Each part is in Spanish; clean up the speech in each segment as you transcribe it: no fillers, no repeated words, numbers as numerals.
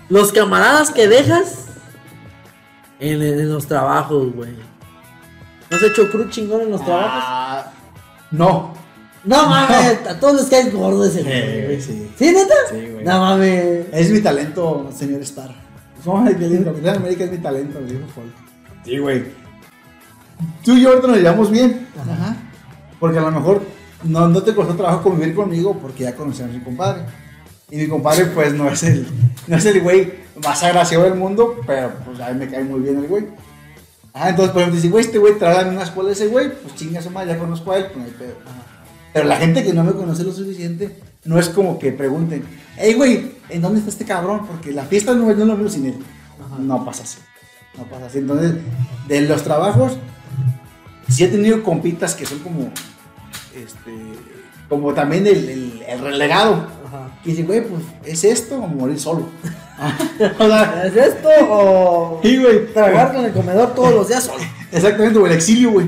Los camaradas que dejas en los trabajos, güey. ¿No has hecho cruz chingón en los trabajos? No. No mames, a todos les caes gordo ese güey. Sí. ¿Sí, neta? Sí, güey. No mames. Es mi talento, señor Star. Ay, qué lindo. Capitán América es mi talento, me dijo Hulk. Sí, güey. Tú y yo ahorita nos llevamos bien. Ajá. Porque a lo mejor no te costó trabajo convivir conmigo porque ya conocías a mi compadre. Y mi compadre, pues, no es el güey más agraciado del mundo, pero pues a mí me cae muy bien el güey. Ajá, entonces, por ejemplo, dice, güey, este güey trae una escuela de ese güey, pues chinga su madre, ya conozco a él, pues no hay pedo. Ajá. Pero la gente que no me conoce lo suficiente, no es como que pregunten, hey, güey, ¿en dónde está este cabrón? Porque la fiesta no es lo mismo sin él. Ajá. No pasa así. Entonces, de los trabajos, sí he tenido compitas que son como también el relegado. Ajá. Y dice, güey, pues, ¿es esto o morir solo? O sea, ¿es esto o sí, güey, trabajar en el comedor todos los días solo? Exactamente, o el exilio, güey.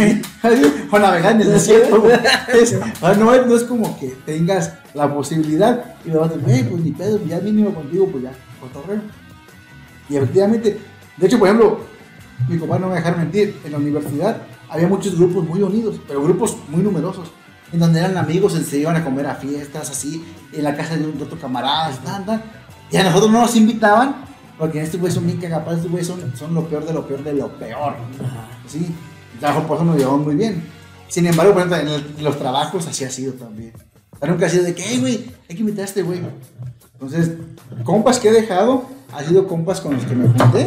O navegar en el desierto, güey. No es como que tengas la posibilidad y me vas a decir, güey, pues ni pedo, ya mínimo contigo, pues ya, cotorreo. Y efectivamente, de hecho, por ejemplo, mi compadre no me va a dejar mentir, en la universidad había muchos grupos muy unidos, pero grupos muy numerosos, en donde eran amigos, se iban a comer a fiestas, así, en la casa de otro camarada, y a nosotros no nos invitaban, porque estos güeyes son bien cagapados, estos güeyes son lo peor de lo peor de lo peor, ¿sí? Por eso nos llevamos muy bien. Sin embargo, por ejemplo, en los trabajos así ha sido también. Pero nunca ha sido de que, hey, güey, hay que invitar a este güey. Entonces, compas que he dejado, ha sido compas con los que me junté,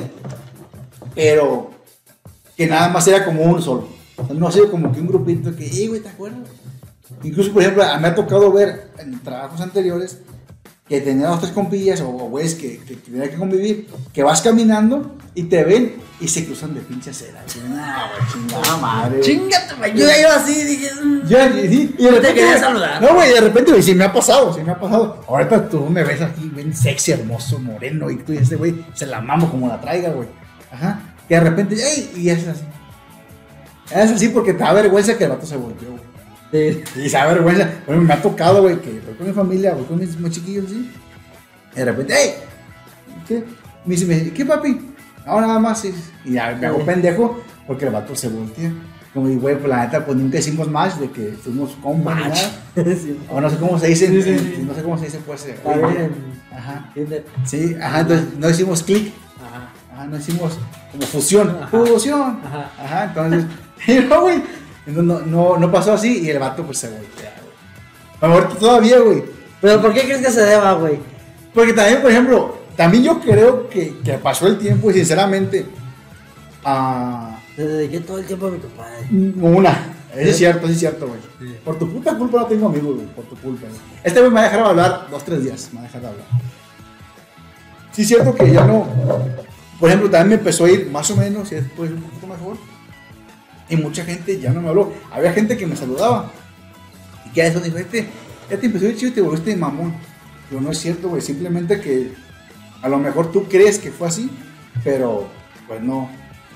pero que nada más era como uno solo. O sea, no ha sido como que un grupito que, hey, güey, ¿te acuerdas? Incluso, por ejemplo, me ha tocado ver en trabajos anteriores que tenía dos, tres compillas o güeyes que tenía que convivir, que vas caminando y te ven y se cruzan de pinche acera. Chingada madre. Chingate, güey. Yo ya iba así, dije. Sí, y de repente, te quería saludar. No, güey, de repente, güey, sí me ha pasado. Ahorita tú me ves aquí, bien sexy, hermoso, moreno, y tú y este güey se la mamo como la traiga, güey. Ajá. Y de repente, ¡ey! Y es así. Es así porque te da vergüenza que el vato se volteó, güey. Sí. Y se da vergüenza. Bueno, me ha tocado, güey, que voy con mi familia, voy con mis chiquillos, ¿sí? Y de repente, ¡ey! ¿Qué? Me dice, ¿qué, papi? No, nada más. Sí. Y ya me hago pendejo porque el vato se voltea. Como digo, güey, pues la neta, pues nunca hicimos match de que fuimos compas. Sí. O no sé cómo se dice. Sí. No sé cómo se dice, pues. Ajá. Sí, ajá, entonces no hicimos click. Ajá, no hicimos como fusión. Fusión. Ajá, entonces. No, güey. No pasó así y el vato pues se voltea, güey. Ahorita todavía, güey. ¿Pero por qué crees que se deba, güey? Porque también, por ejemplo, también yo creo que pasó el tiempo y sinceramente le dediqué todo el tiempo a mi compadre. Eso es cierto, güey. Sí. Por tu puta culpa no tengo amigos, güey. Por tu culpa, güey. Este güey me va a dejar hablar 2-3 días. Me va a dejar hablar. Sí es cierto que ya no. Por ejemplo, también me empezó a ir más o menos y después un poquito mejor. Y mucha gente ya no me habló. Había gente que me saludaba. Y que a eso dijo, ya te empezó a ir chido y te volviste mamón. Pero no es cierto, güey. Simplemente que a lo mejor tú crees que fue así, pero pues no.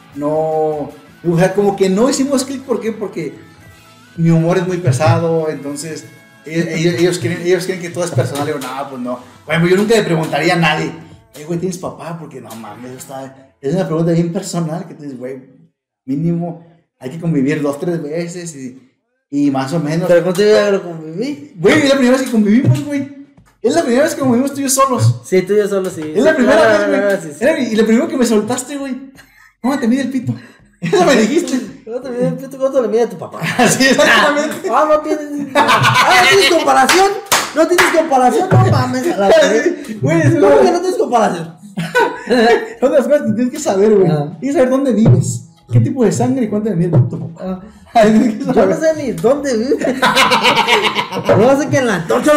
O sea, como que no hicimos clic. ¿Por qué? Porque mi humor es muy pesado. Entonces ellos creen que todo es personal. Y yo, no, pues no. Bueno, yo nunca le preguntaría a nadie, güey, ¿tienes papá? Porque no mames, es una pregunta bien personal que tú dices, güey, mínimo hay que convivir 2-3 veces y más o menos. ¿Pero cuánto ya lo conviví? Güey, es la primera vez que convivimos, güey. Es la primera vez que convivimos tú y yo solos. Sí, tú y yo solos, sí. Es la primera vez, güey. Sí. Y lo primero que me soltaste, güey. ¿Cómo te mide el pito? Eso me dijiste. ¿Cómo te mide el pito? ¿Cuánto le mide a tu papá? Sí, exactamente. No tienes comparación. No tienes comparación, no mames. Güey, ¿Cómo que no tienes comparación? Son las cosas que tienes que saber, güey. Tienes que saber dónde vives. ¿Qué tipo de sangre y cuánto de miel tu papá? Yo no sé ni dónde vive. No sé que en la antorcha.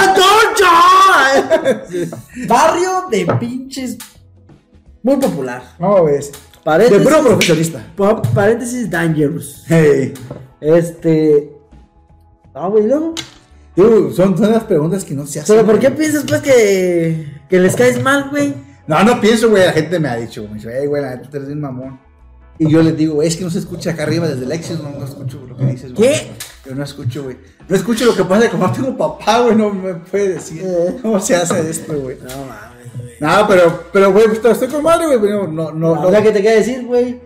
Barrio de pinches. Muy popular. No, ves. De puro profesionista. Paréntesis dangerous. Hey. Güey, luego. Son las preguntas que no se hacen. ¿Pero por qué piensas, pues, que les caes mal, güey? No pienso, güey. La gente me ha dicho, me dice, güey, la neta, tú eres un mamón. Y yo les digo, güey, es que no se escucha acá arriba desde el éxito, no escucho lo que dices, güey. ¿Qué? Yo no escucho, güey. No escucho lo que pasa, como no tengo papá, güey, no me puede decir. ¿Cómo se hace esto, güey? No mames, güey. No, pero, güey, pues estoy con madre, güey. No. ¿Qué te queda decir, güey?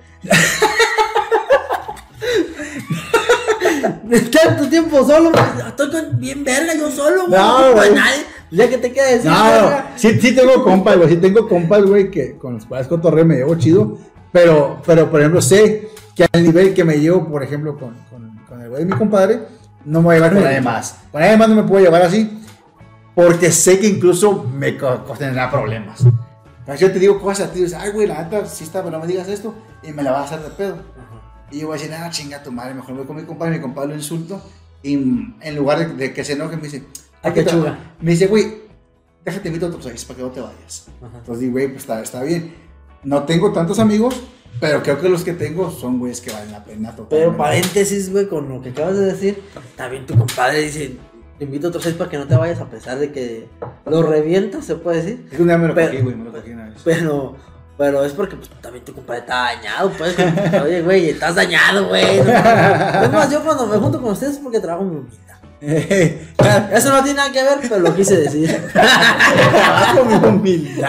Tanto tiempo solo, güey. Estoy bien verga, yo solo, güey. No, güey. Ya que te queda decir, no. Sí tengo compas, güey. Sí tengo compas, güey, que con los cuales cotorreo me llevo chido. Pero, por ejemplo, sé que al nivel que me llevo, por ejemplo, con el güey de mi compadre, no me voy a llevar con nadie más. Con nadie más no me puedo llevar así. Porque sé que incluso me tendrá problemas. Pero yo te digo cosas a ti, dices, ay, güey, la neta, sí está, pero no me digas esto, y me la vas a hacer de pedo. Y yo voy a decir, chinga tu madre, mejor voy con mi compadre lo insulto, y en lugar de que se enoje, me dice, qué chuga. Me dice, güey, déjate invito a otros países para que no te vayas. Ajá. Entonces digo, güey, pues está bien. No tengo tantos amigos, pero creo que los que tengo son güeyes que valen la pena totalmente. Pero paréntesis, güey, con lo que acabas de decir, también tu compadre dice, te invito a otros 6 para que no te vayas, a pesar de que lo revientas, se puede decir. Es que un día me lo cogí, güey, una vez. Pero es porque pues, también tu compadre está dañado, pues. Oye, güey, estás dañado, güey. No, es más, yo cuando me junto con ustedes es porque trabajo en mi humildad. Eso no tiene nada que ver, pero lo quise decir. Trabajo en mi humildad.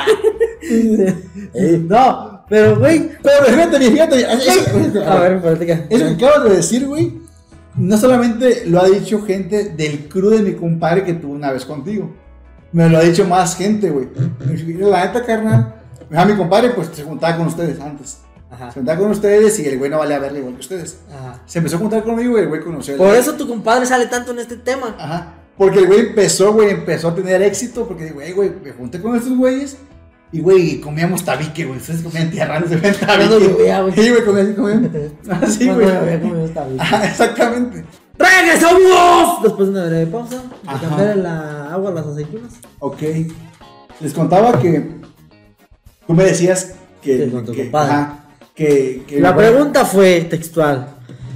No, pero, güey. Pero fíjate. A ver, platica. Eso que acabas de decir, güey, no solamente lo ha dicho gente del crew de mi compadre que tuvo una vez contigo. Me lo ha dicho más gente, güey. La neta, carnal. Mi compadre, pues, se juntaba con ustedes antes. Ajá. Se juntaba con ustedes y el güey no valía verle igual que ustedes. Ajá. Se empezó a juntar conmigo y el güey conoció. Por eso tu compadre sale tanto en este tema. Ajá. Porque el güey empezó a tener éxito. Porque, güey, me junté con estos güeyes. Y, güey, comíamos tabique, güey. Ustedes comían tierra, no se comían tabique. Sí, güey, comían. Así, güey. Exactamente. ¡Regresamos! Después de una breve pausa, de cambiar el agua a las aceitunas. Ok. Les contaba que tú me decías que con tu compadre. Ajá, que la pregunta fue textual.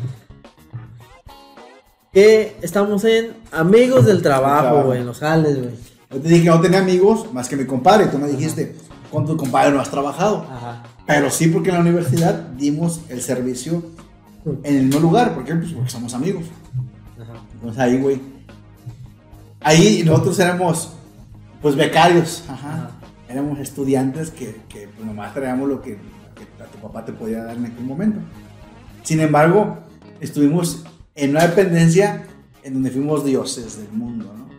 Que estamos en amigos del trabajo, güey, en los jales, güey. Yo te dije que no tenía amigos más que mi compadre. Tú me dijiste, con tu compadre no has trabajado. Ajá. Pero sí, porque en la universidad dimos el servicio en el mismo lugar. ¿Por qué? Pues porque somos amigos. Ajá. Entonces ahí, güey. Ahí nosotros éramos, pues, becarios. Ajá. Éramos estudiantes que pues, nomás traíamos lo que a tu papá te podía dar en aquel momento. Sin embargo, estuvimos en una dependencia en donde fuimos dioses del mundo, ¿no?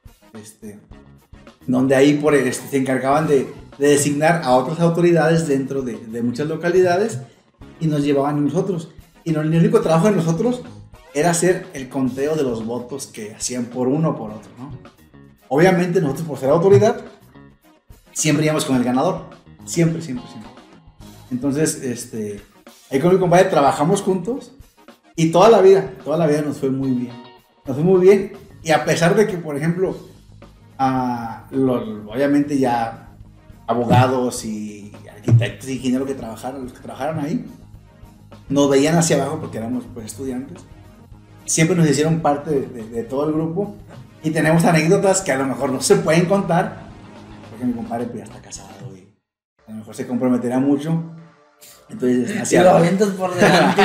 Donde ahí se encargaban de designar a otras autoridades dentro de muchas localidades y nos llevaban a nosotros. Y el único trabajo de nosotros era hacer el conteo de los votos que hacían por uno o por otro, ¿no? Obviamente nosotros, por ser autoridad, siempre íbamos con el ganador. Siempre. Entonces, ahí con mi compadre trabajamos juntos y toda la vida nos fue muy bien. Nos fue muy bien y a pesar de que, por ejemplo, obviamente ya abogados y arquitectos y ingenieros los que trabajaran ahí, nos veían hacia abajo porque éramos, pues, estudiantes. Siempre nos hicieron parte de todo el grupo y tenemos anécdotas que a lo mejor no se pueden contar porque mi compadre pues, ya está casado y a lo mejor se comprometerá mucho. Entonces, así lo avientas por delante.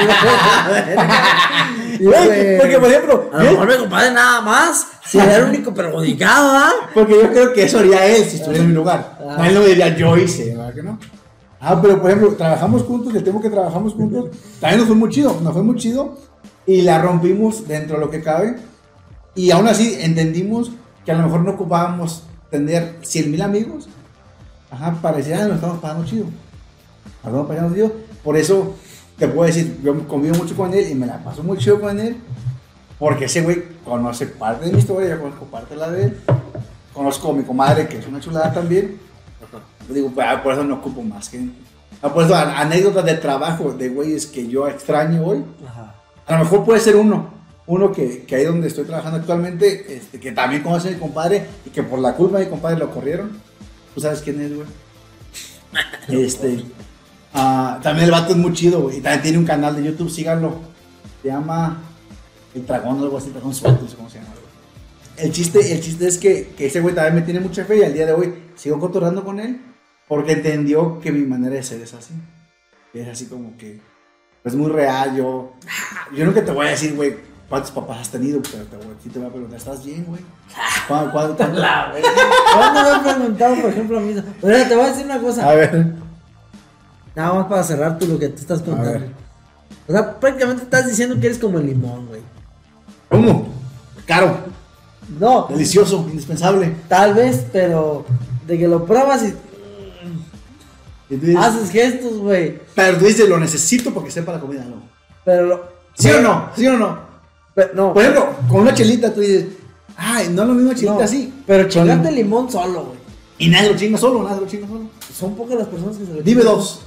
Porque, por ejemplo, a lo mejor mi compadre nada más sería el único perjudicado, ¿ah? Porque yo creo que eso haría él si estuviera en mi lugar. No, él lo diría, yo hice, ¿verdad que no? Pero por ejemplo, trabajamos juntos, el tiempo que trabajamos juntos, también nos fue muy chido y la rompimos dentro de lo que cabe. Y aún así entendimos que a lo mejor no ocupábamos tener 100,000 amigos. Para decir, nos estamos pasando chido. Por eso te puedo decir, yo convivo mucho con él y me la paso muy chido con él. Porque ese güey conoce parte de mi historia, yo conozco parte de la de él. Conozco a mi comadre, que es una chulada también. Yo digo, por eso no ocupo más gente. Por eso anécdotas de trabajo de güeyes que yo extraño hoy. A lo mejor puede ser uno que ahí donde estoy trabajando actualmente, que también conoce a mi compadre y que por la culpa de mi compadre lo corrieron. ¿Tú sabes quién es, güey? También el vato es muy chido, güey. Y también tiene un canal de YouTube, síganlo. Se llama El Dragón o algo así, Dragón Suelto, no sé cómo se llama, güey. El chiste es que ese güey también me tiene mucha fe y al día de hoy sigo cotorrando con él porque entendió que mi manera de ser es así. Es así como que es muy real. Yo nunca te voy a decir, güey, ¿Cuántos papás has tenido? Pero sí te voy a preguntar, ¿estás bien, güey? ¿Cuándo me han preguntado, por ejemplo, a mí? Oye, te voy a decir una cosa. A ver. Nada más para cerrar tú lo que tú estás contando. O sea, prácticamente estás diciendo que eres como el limón, güey. ¿Cómo? Caro. No. Delicioso, indispensable. Tal vez, pero de que lo pruebas y haces gestos, güey. Pero tú dices, lo necesito porque sepa la comida, ¿no? Pero ¿Sí o no? ¿Sí o no? Pero, no. Por ejemplo, con una chelita tú dices, ay, no es lo mismo chelita así. Pero chingate el limón solo, güey. Y nadie lo chinga solo, nadie lo chinga solo. Son pocas las personas que se lo Dime dos.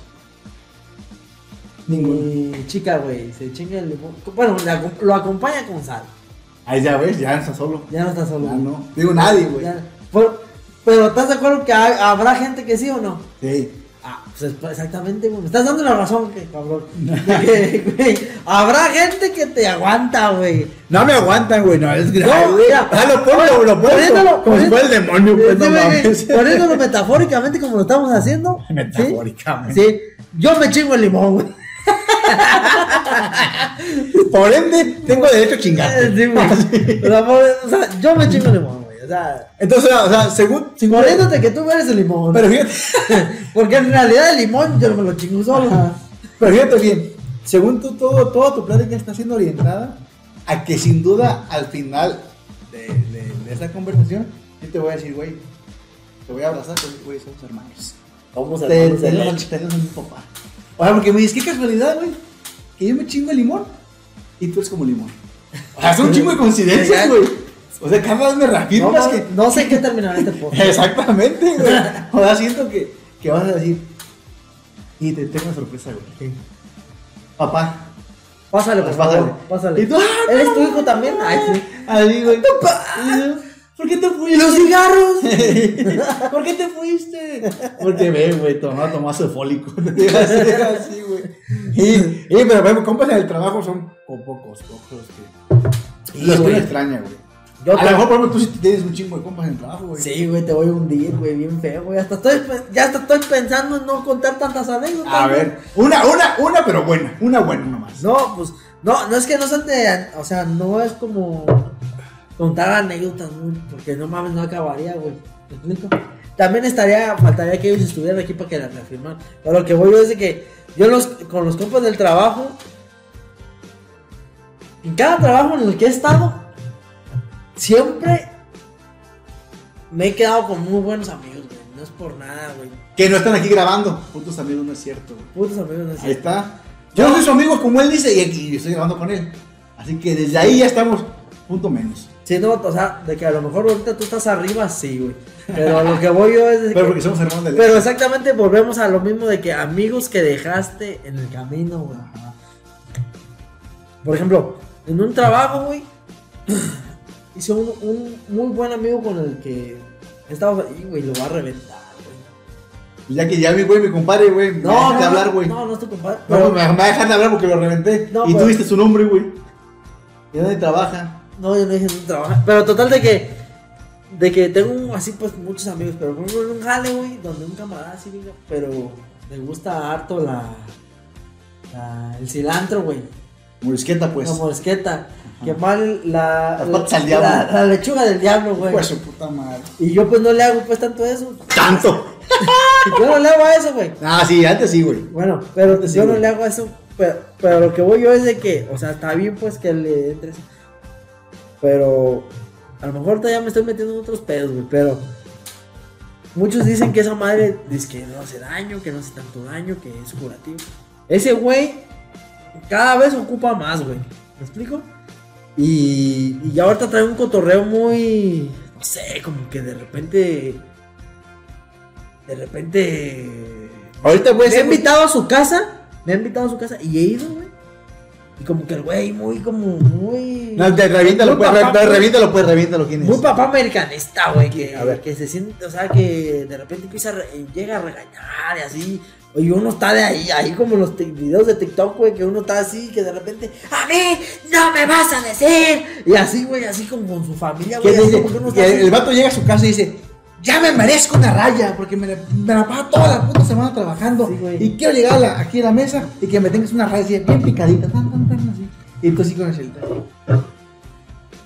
Mi chica, güey, se chinga el limón. Bueno, lo acompaña con sal. Ahí ya ves, ya no está solo. Ya no está solo. Ya no. Digo nadie, güey. Pero ¿estás de acuerdo que habrá gente que sí o no? Sí. Ah, pues exactamente, güey. Me estás dando la razón, que cabrón. Güey, habrá gente que te aguanta, güey. No me aguantan, güey. No, es grave. No, mira. Lo pongo. Como si fuera el demonio, pues no mames. Poniéndolo metafóricamente como lo estamos haciendo. Metafóricamente. Sí. Yo me chingo el limón, güey. Por ende, tengo derecho a chingarte. Sí, güey. O sea, yo me chingo el limón, güey. O sea, entonces, o sea, según. Poniéndote que tú eres el limón. Pero fíjate. Porque en realidad el limón yo no me lo chingo solo. Pero fíjate bien. Según tú, toda tu plática está siendo orientada a que sin duda al final de esta conversación, yo te voy a decir, güey, te voy a abrazar, güey, somos hermanos. Somos hermanos. Tenemos un papá. O sea, porque me dices, qué casualidad, güey, que yo me chingo el limón y tú eres como limón. O sea, son un chingo de coincidencias, güey. O sea, cada vez me reafirmas que. No sé qué terminará este podcast. Exactamente, güey. O sea, siento que vas a decir. Y te tengo una sorpresa, güey. ¿Qué? Papá. Pásale, por favor. Pásale. ¿Y tú? ¿Eres tu hijo también? Ay, sí. Ahí, güey. Papá. ¿Por qué te fuiste? ¿Los cigarros? ¿Por qué te fuiste? Porque ve, güey, tomaste fólico. Así, güey. Pero, bueno, compas en el trabajo son pocos que. Los que me extraña, güey. A lo mejor, por ejemplo, tú sí tienes un chingo de compas en el trabajo, güey. Sí, güey, te voy a hundir, güey, bien feo, güey. Ya hasta estoy pensando en no contar tantas anécdotas. A ver, una, pero buena. Una buena nomás. No, pues, no es que no sean o sea, no es como contar anécdotas, porque no mames, no acabaría, güey. ¿Me explico? También faltaría que ellos estuvieran aquí para que la reafirmaran. Pero lo que voy yo es de que yo con los compas del trabajo, en cada trabajo en el que he estado, siempre me he quedado con muy buenos amigos, güey. No es por nada, güey. Que no están aquí grabando. Putos amigos no es cierto, güey. Putos amigos no es cierto. Ahí está. Yo no soy su amigo como él dice y estoy grabando con él. Así que desde ahí ya estamos punto menos. Sí, no, o sea, de que a lo mejor ahorita tú estás arriba, sí, güey. Pero lo que voy yo es de pero porque somos hermanos de Pero exactamente volvemos a lo mismo de que amigos que dejaste en el camino, güey. Por ejemplo, en un trabajo, güey, hice un muy buen amigo con el que estaba ahí, güey, lo va a reventar, güey. Ya que ya mi güey, mi compadre, güey, me deja de hablar, güey. No es tu compadre. No, me va a dejar de hablar porque lo reventé. No, y tú viste su nombre, güey. ¿Y dónde trabaja? No, yo no dije dónde trabaja. Pero total de que tengo así pues muchos amigos, pero por ejemplo en un jale, güey, donde un camarada así venga, pero le gusta harto el cilantro, güey. Morisqueta, pues. La morisqueta. Que mal la lechuga del diablo, güey. Pues su puta madre. Y yo pues no le hago pues tanto eso. ¡Tanto! Yo no le hago a eso, güey. Ah, sí, antes sí, güey. Bueno, pero antes yo sí, no güey. le hago eso. Pero lo que voy yo es de que, o sea, está bien pues que le entre eso. Pero a lo mejor todavía me estoy metiendo en otros pedos, güey. Pero muchos dicen que esa madre dice que no hace daño, que no hace tanto daño, que es curativo. Ese güey cada vez ocupa más, güey. ¿Me explico? Y ya ahorita trae un cotorreo muy, no sé, como que de repente Ahorita, güey, me ha invitado a su casa y he ido, güey. Y como que el güey muy. No, reviéntalo, ¿quién es? Muy papá americanista, güey, A ver. que se siente, o sea, que de repente llega a regañar y así. Oye, uno está de ahí como los videos de TikTok, güey, que uno está así, que de repente, a mí no me vas a decir. Y así, güey, así como con su familia, güey. El vato llega a su casa y dice, ya me merezco una raya, porque me la pago toda la puta semana trabajando. Sí, y quiero llegar aquí a la mesa y que me tengas una raya así, bien picadita, así. Y entonces sí con el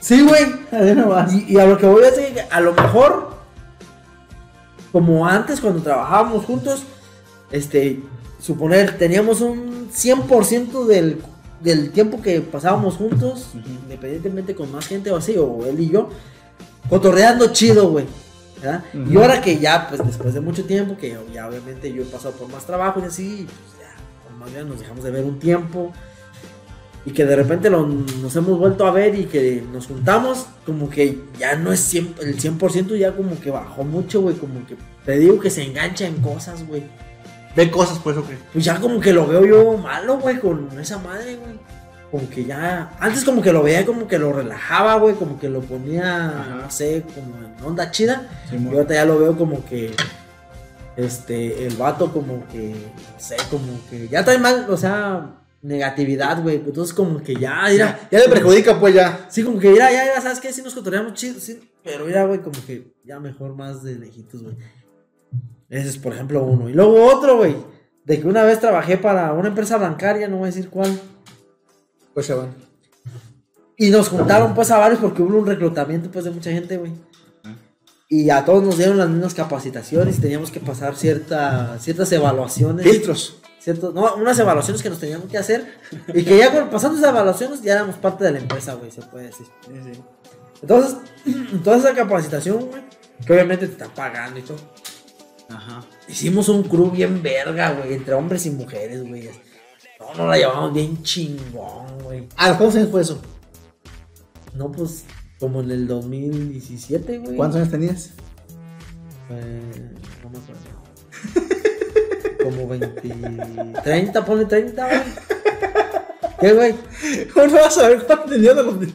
Sí, güey. Así nomás. Y a lo que voy a decir, a lo mejor, como antes cuando trabajábamos juntos, suponer, teníamos un 100% del tiempo que pasábamos juntos, independientemente con más gente o así, o él y yo, cotorreando chido, güey. ¿Verdad? Y ahora que ya, pues después de mucho tiempo, que ya obviamente yo he pasado por más trabajo y así, pues ya, más bien nos dejamos de ver un tiempo. Y que de repente nos hemos vuelto a ver y que nos juntamos, como que ya no es el 100%, ya como que bajó mucho, güey, como que te digo que se engancha en cosas, güey. Ve cosas, pues, ok. Pues ya como que lo veo yo malo, güey, con esa madre, güey. Como que ya, antes como que lo veía, como que lo relajaba, güey, como que lo ponía, no sé, como en onda chida. Sí, y ahorita ya lo veo como que, el vato como que, no sé, como que ya trae mal, o sea... negatividad, güey, entonces como que ya, mira, ya le perjudica, pues ya. Sí, como que mira, ya, ¿sabes qué? Sí nos cotorreamos chido, sí, pero mira, güey, como que ya mejor más de lejitos, güey. Ese es, por ejemplo, uno. Y luego otro, güey, de que una vez trabajé para una empresa bancaria, no voy a decir cuál. Pues se van. Y nos juntaron, pues, a varios porque hubo un reclutamiento, pues, de mucha gente, güey. Y a todos nos dieron las mismas capacitaciones y teníamos que pasar ciertas evaluaciones. Filtros. No, unas evaluaciones que nos teníamos que hacer y que ya pasando esas evaluaciones ya éramos parte de la empresa, güey, se puede decir. Sí. Entonces, toda esa capacitación, güey, que obviamente te están pagando y todo. Ajá. Hicimos un crew bien verga, güey, entre hombres y mujeres, güey. No la llevamos bien chingón, güey. ¿Cuántos años fue eso? No, pues, como en el 2017, güey. ¿Cuántos años tenías? No me acuerdo. Como 30, ponle 30, güey. ¿Qué, güey? ¿Cómo no vas a ver cuánto tenía de los...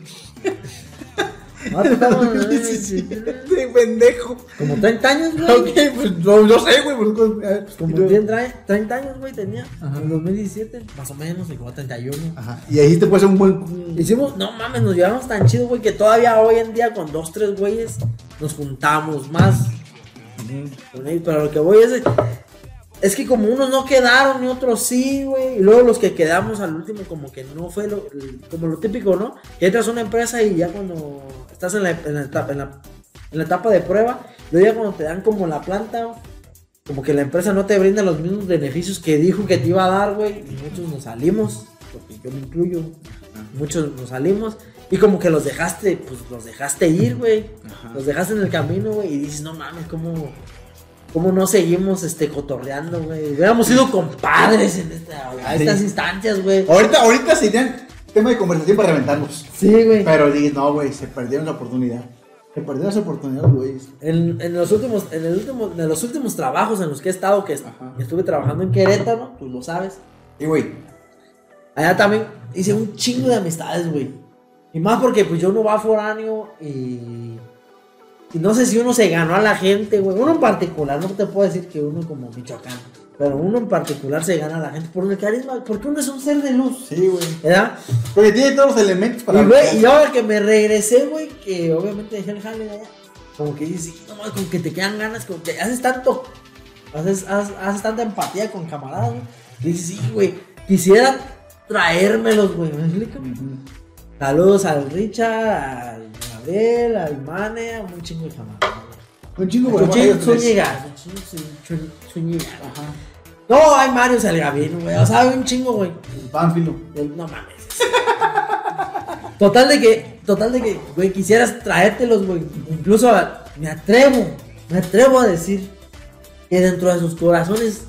Sí, pendejo. Como 30 años, güey. Ok, pues no sé, güey. Pues como 30 años, güey, tenía. Ajá. En 2017, más o menos, y como 31. Ajá. Y ahí te puede ser un buen... Hicimos, no mames, nos llevamos tan chido, güey, que todavía hoy en día con 2, 3 güeyes nos juntamos más. Pero lo que voy es que como unos no quedaron y otros sí, güey. Y luego los que quedamos al último como que no fue como lo típico, ¿no? Que entras a una empresa y ya cuando estás en la etapa de prueba, luego ya cuando te dan como la planta, como que la empresa no te brinda los mismos beneficios que dijo que te iba a dar, güey. Y muchos nos salimos, porque yo me incluyo. Muchos nos salimos y como que los dejaste ir, güey. Los dejaste en el camino, güey. Y dices, no mames, ¿Cómo no seguimos cotorreando, güey? Hubiéramos sido compadres en estas instancias, güey. Ahorita serían tema de conversación para reventarnos. Sí, güey. Pero no, güey, se perdieron la oportunidad. Se perdieron esa oportunidad, güey. En los últimos trabajos en los que he estado, que estuve trabajando en Querétaro, tú lo sabes. Y, güey, allá también hice un chingo de amistades, güey. Y más porque, pues, yo no va foráneo y no sé si uno se ganó a la gente, güey. Uno en particular, no te puedo decir que uno como Michoacán, pero uno en particular se gana a la gente por el carisma, porque uno es un ser de luz. Sí, güey. ¿Verdad? Porque tiene todos los elementos para... Y ahora que me regresé, güey, que obviamente dejé el jale de allá, como que dices, no, como que te quedan ganas, como que haces tanta empatía con camaradas, güey. Y dices, sí, güey, quisiera traérmelos, güey. ¿Me explico? Saludos al Richard, al Gabriel, al Mane, a un chingo de camaradas. Un chingo, güey. Zúñiga. Ajá. No, hay Mario Salgavino, güey. O sea, hay un chingo, güey. El Pánfilo. No mames. Total de que, güey, quisieras traértelos, güey. Incluso me atrevo a decir que dentro de sus corazones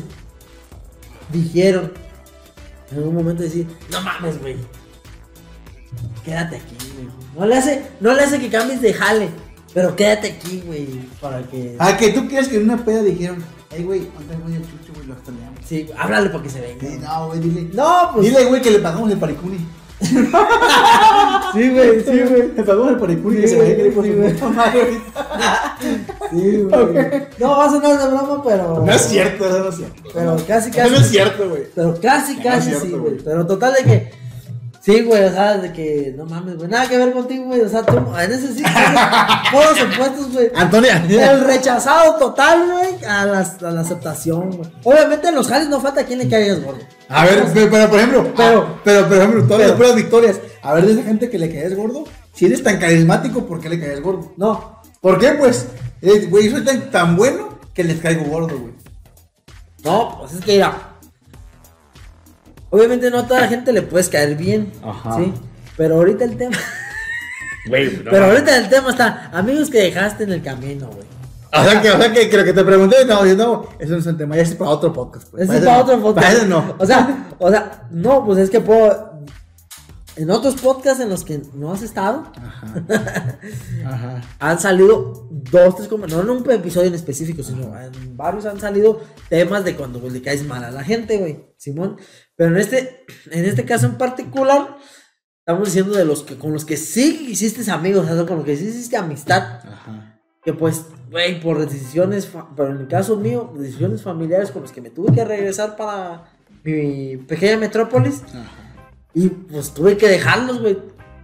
dijeron en un momento decir, no mames, güey. Quédate aquí, güey. No le hace que cambies de jale, pero quédate aquí, güey, para que... que tú crees que en una peda dijeron, güey, ¿dónde voy el chucho, güey? Lo extrañamos. Sí, háblale para que se venga. Sí, no, güey, dile. No, pues... Dile, güey, que le pagamos el paricuni. Sí, güey. Le pagamos el paricuni que se vaya a querer con su puta madre ahorita. Sí, güey. Okay. No, va a sonar de broma, pero... No es cierto, eso no es cierto. Pero casi. No es cierto, güey. Pero casi sí, güey. Pero total de que... Sí, güey, o sea, de que no mames, güey, nada que ver contigo, güey, o sea, tú, en ese sí, todos opuestos, güey. Antonia. El rechazado total, güey, a la aceptación, güey. Obviamente en los jales no falta quien le caigas gordo. A ver, pero por ejemplo, pero por ejemplo, todas las puras victorias. A ver, de esa gente que le caes gordo, Si eres tan carismático, ¿por qué le caes gordo? No. ¿Por qué, pues? Güey, soy tan bueno que les caigo gordo, güey. No, pues es que mira. Obviamente no a toda la gente le puedes caer bien. Ajá. Sí. Pero ahorita el tema. Güey, no. Pero ahorita el tema está. Amigos que dejaste en el camino, güey. O sea que lo que te pregunté, no, eso no es un tema, ya es para otro podcast. Pues. Ese es para otro podcast. Para eso no. O sea, no, pues es que puedo. En otros podcasts en los que no has estado, Ajá. han salido 2, 3 no en un episodio en específico, sino en varios han salido temas de cuando le caes mal a la gente, güey, Simón. Pero en este caso en particular, estamos diciendo de los que con los que sí hiciste amigos, o sea, con los que sí hiciste amistad. Ajá. Que pues, güey, por decisiones, pero en el caso mío, decisiones familiares con los que me tuve que regresar para mi pequeña metrópolis. Ajá. Y pues tuve que dejarlos, güey.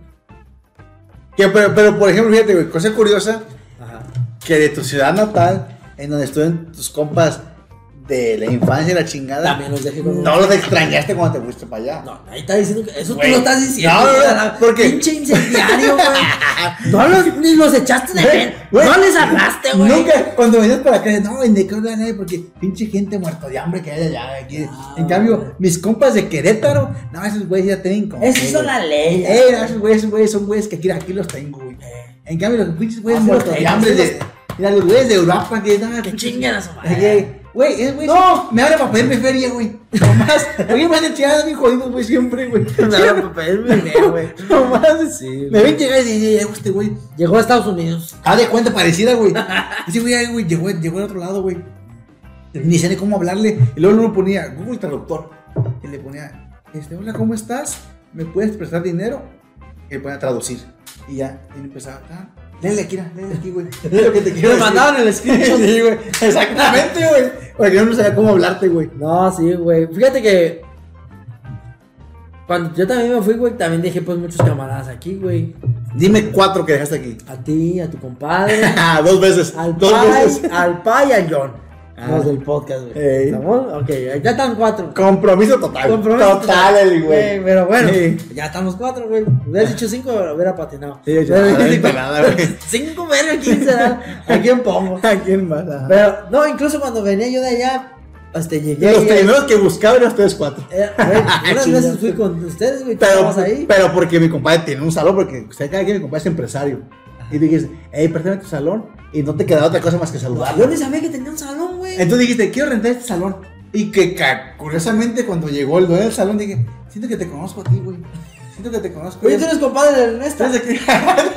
Pero por ejemplo, fíjate, güey, cosa curiosa, Ajá. que de tu ciudad natal, en donde estuvieron tus compas de la infancia y la chingada, También los dejé con no los extrañaste cuando te fuiste para allá. No, ahí está diciendo que eso Güey. tú lo estás diciendo. No, güey, porque pinche incendiario, güey. Ni los echaste de ver. Güey. No les hablaste, güey. Nunca, cuando venías para acá, no, ¿de qué hablan ahí? Porque pinche gente muerto de hambre que hay allá. Aquí. En cambio, mis compas de Querétaro, no, esos güeyes ya tienen como. Esas son las leyes. Esos güeyes son güeyes que aquí los tengo, güey. En cambio, los pinches güeyes Así los muertos de tengo, hambre así de. Mira, los güeyes de Europa que no, Que chinguen a su madre. Güey, no, me hablan para pedirme feria, güey. Nomás, oye, me han echado bien jodidos, güey, siempre, güey. Me hablan para pedirme dinero, güey. Nomás, Sí, me ven llegar y dicen, llegó este güey. Llegó a Estados Unidos. Haz de cuenta parecida, güey. Ese güey, llegó al otro lado, güey. Ni sé ni cómo hablarle. Y luego uno ponía Google Traductor. Y le ponía, hola, ¿cómo estás? ¿Me puedes prestar dinero? Y le ponía traducir. Y ya, y él empezaba, léele aquí, güey. Es lo que te quiero Me decir. mandaban el screenshot. Sí, güey. Exactamente, güey. Porque yo no sabía cómo hablarte, güey. No, sí, güey. Fíjate que cuando yo también me fui, güey, también dejé pues muchos camaradas aquí, güey. Dime 4 que dejaste aquí. A ti, a tu compadre, 2 veces. al 2 veces. Pai, al Pai y al John. Ah. Los del podcast, güey. Ey. ¿Estamos? Ok, ya están 4. Compromiso total. Compromiso total, el güey. Pero bueno, Sí. ya estamos 4, güey. Hubieras dicho 5, hubiera patinado. Sí, yo Pero no dijiste, nada, güey. 5, verga, 15, ¿verdad? ¿A quién pongo? ¿A quién más? Ajá. Pero, no, incluso cuando venía yo de allá, llegué. Los primeros que buscaba eran ustedes 4. Güey, unas veces fui con ustedes, güey. ¿tú estabas ahí? Pero porque mi compadre tiene un salón, porque usted cada quien mi compadre es empresario. Y dijiste, hey, préstame tu salón. Y no te quedaba otra cosa más que saludarlo. Yo ni sabía que tenía un salón, güey. Entonces dijiste, quiero rentar este salón. Y que curiosamente cuando llegó el dueño del salón dije, siento que te conozco a ti, güey. Siento que te conozco. Oye, tú eres compadre de Ernesto. ¿Sabes de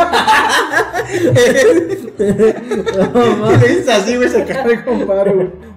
qué? Y le dices así, güey, se cae el compadre, güey.